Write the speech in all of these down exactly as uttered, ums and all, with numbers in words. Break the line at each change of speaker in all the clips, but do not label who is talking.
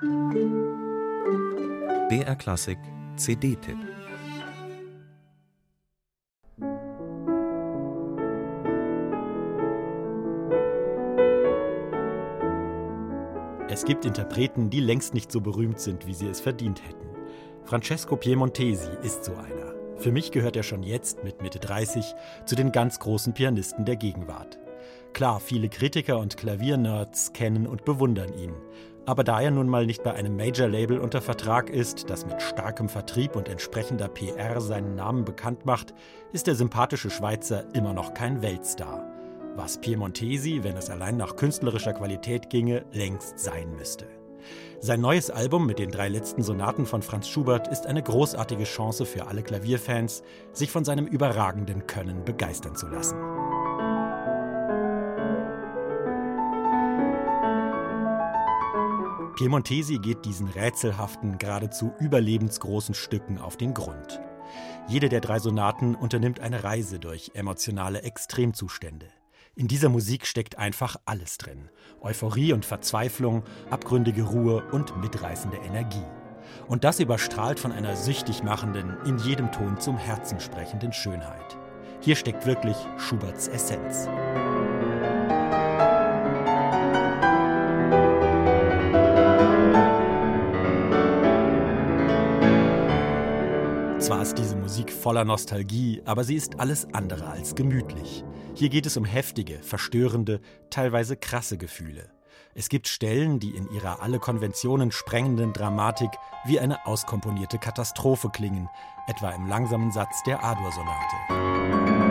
B R Klassik C D-Tipp.
Es gibt Interpreten, die längst nicht so berühmt sind, wie sie es verdient hätten. Francesco Piemontesi ist so einer. Für mich gehört er schon jetzt, mit Mitte dreißig, zu den ganz großen Pianisten der Gegenwart. Klar, viele Kritiker und Klaviernerds kennen und bewundern ihn. Aber da er nun mal nicht bei einem Major-Label unter Vertrag ist, das mit starkem Vertrieb und entsprechender P R seinen Namen bekannt macht, ist der sympathische Schweizer immer noch kein Weltstar. Was Piemontesi, wenn es allein nach künstlerischer Qualität ginge, längst sein müsste. Sein neues Album mit den drei letzten Sonaten von Franz Schubert ist eine großartige Chance für alle Klavierfans, sich von seinem überragenden Können begeistern zu lassen. Piemontesi geht diesen rätselhaften, geradezu überlebensgroßen Stücken auf den Grund. Jede der drei Sonaten unternimmt eine Reise durch emotionale Extremzustände. In dieser Musik steckt einfach alles drin. Euphorie und Verzweiflung, abgründige Ruhe und mitreißende Energie. Und das überstrahlt von einer süchtig machenden, in jedem Ton zum Herzen sprechenden Schönheit. Hier steckt wirklich Schuberts Essenz. Zwar ist diese Musik voller Nostalgie, aber sie ist alles andere als gemütlich. Hier geht es um heftige, verstörende, teilweise krasse Gefühle. Es gibt Stellen, die in ihrer alle Konventionen sprengenden Dramatik wie eine auskomponierte Katastrophe klingen, etwa im langsamen Satz der A-Dur-Sonate.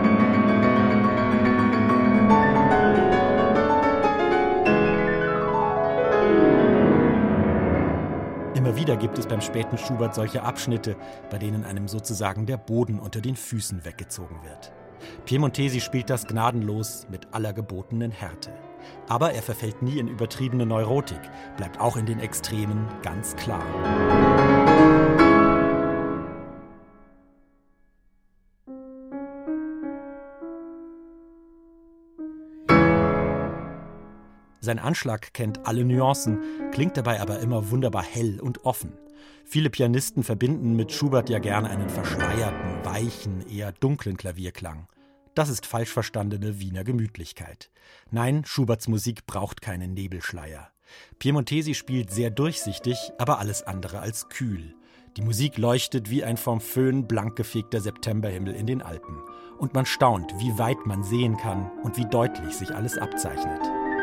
Immer wieder gibt es beim späten Schubert solche Abschnitte, bei denen einem sozusagen der Boden unter den Füßen weggezogen wird. Piemontesi spielt das gnadenlos mit aller gebotenen Härte. Aber er verfällt nie in übertriebene Neurotik, bleibt auch in den Extremen ganz klar. Sein Anschlag kennt alle Nuancen, klingt dabei aber immer wunderbar hell und offen. Viele Pianisten verbinden mit Schubert ja gerne einen verschleierten, weichen, eher dunklen Klavierklang. Das ist falsch verstandene Wiener Gemütlichkeit. Nein, Schuberts Musik braucht keinen Nebelschleier. Piemontesi spielt sehr durchsichtig, aber alles andere als kühl. Die Musik leuchtet wie ein vom Föhn blank gefegter Septemberhimmel in den Alpen. Und man staunt, wie weit man sehen kann und wie deutlich sich alles abzeichnet.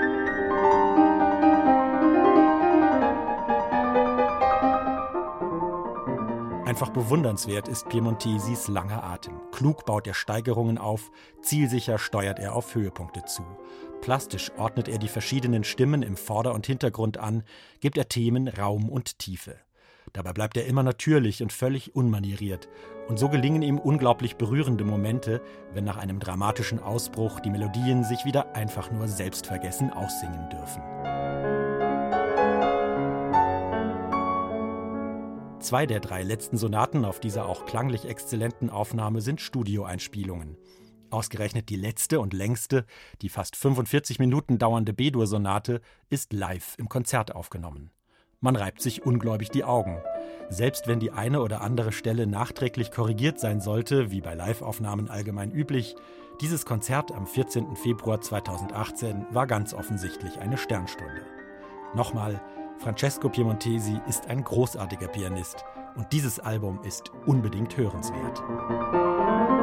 Einfach bewundernswert ist Piemontesis langer Atem. Klug baut er Steigerungen auf, zielsicher steuert er auf Höhepunkte zu. Plastisch ordnet er die verschiedenen Stimmen im Vorder- und Hintergrund an, gibt er Themen Raum und Tiefe. Dabei bleibt er immer natürlich und völlig unmanieriert. Und so gelingen ihm unglaublich berührende Momente, wenn nach einem dramatischen Ausbruch die Melodien sich wieder einfach nur selbstvergessen aussingen dürfen. Zwei der drei letzten Sonaten auf dieser auch klanglich exzellenten Aufnahme sind Studioeinspielungen. Ausgerechnet die letzte und längste, die fast fünfundvierzig Minuten dauernde B-Dur-Sonate, ist live im Konzert aufgenommen. Man reibt sich ungläubig die Augen. Selbst wenn die eine oder andere Stelle nachträglich korrigiert sein sollte, wie bei Live-Aufnahmen allgemein üblich, dieses Konzert am vierzehnten Februar zweitausendachtzehn war ganz offensichtlich eine Sternstunde. Nochmal, Francesco Piemontesi ist ein großartiger Pianist und dieses Album ist unbedingt hörenswert.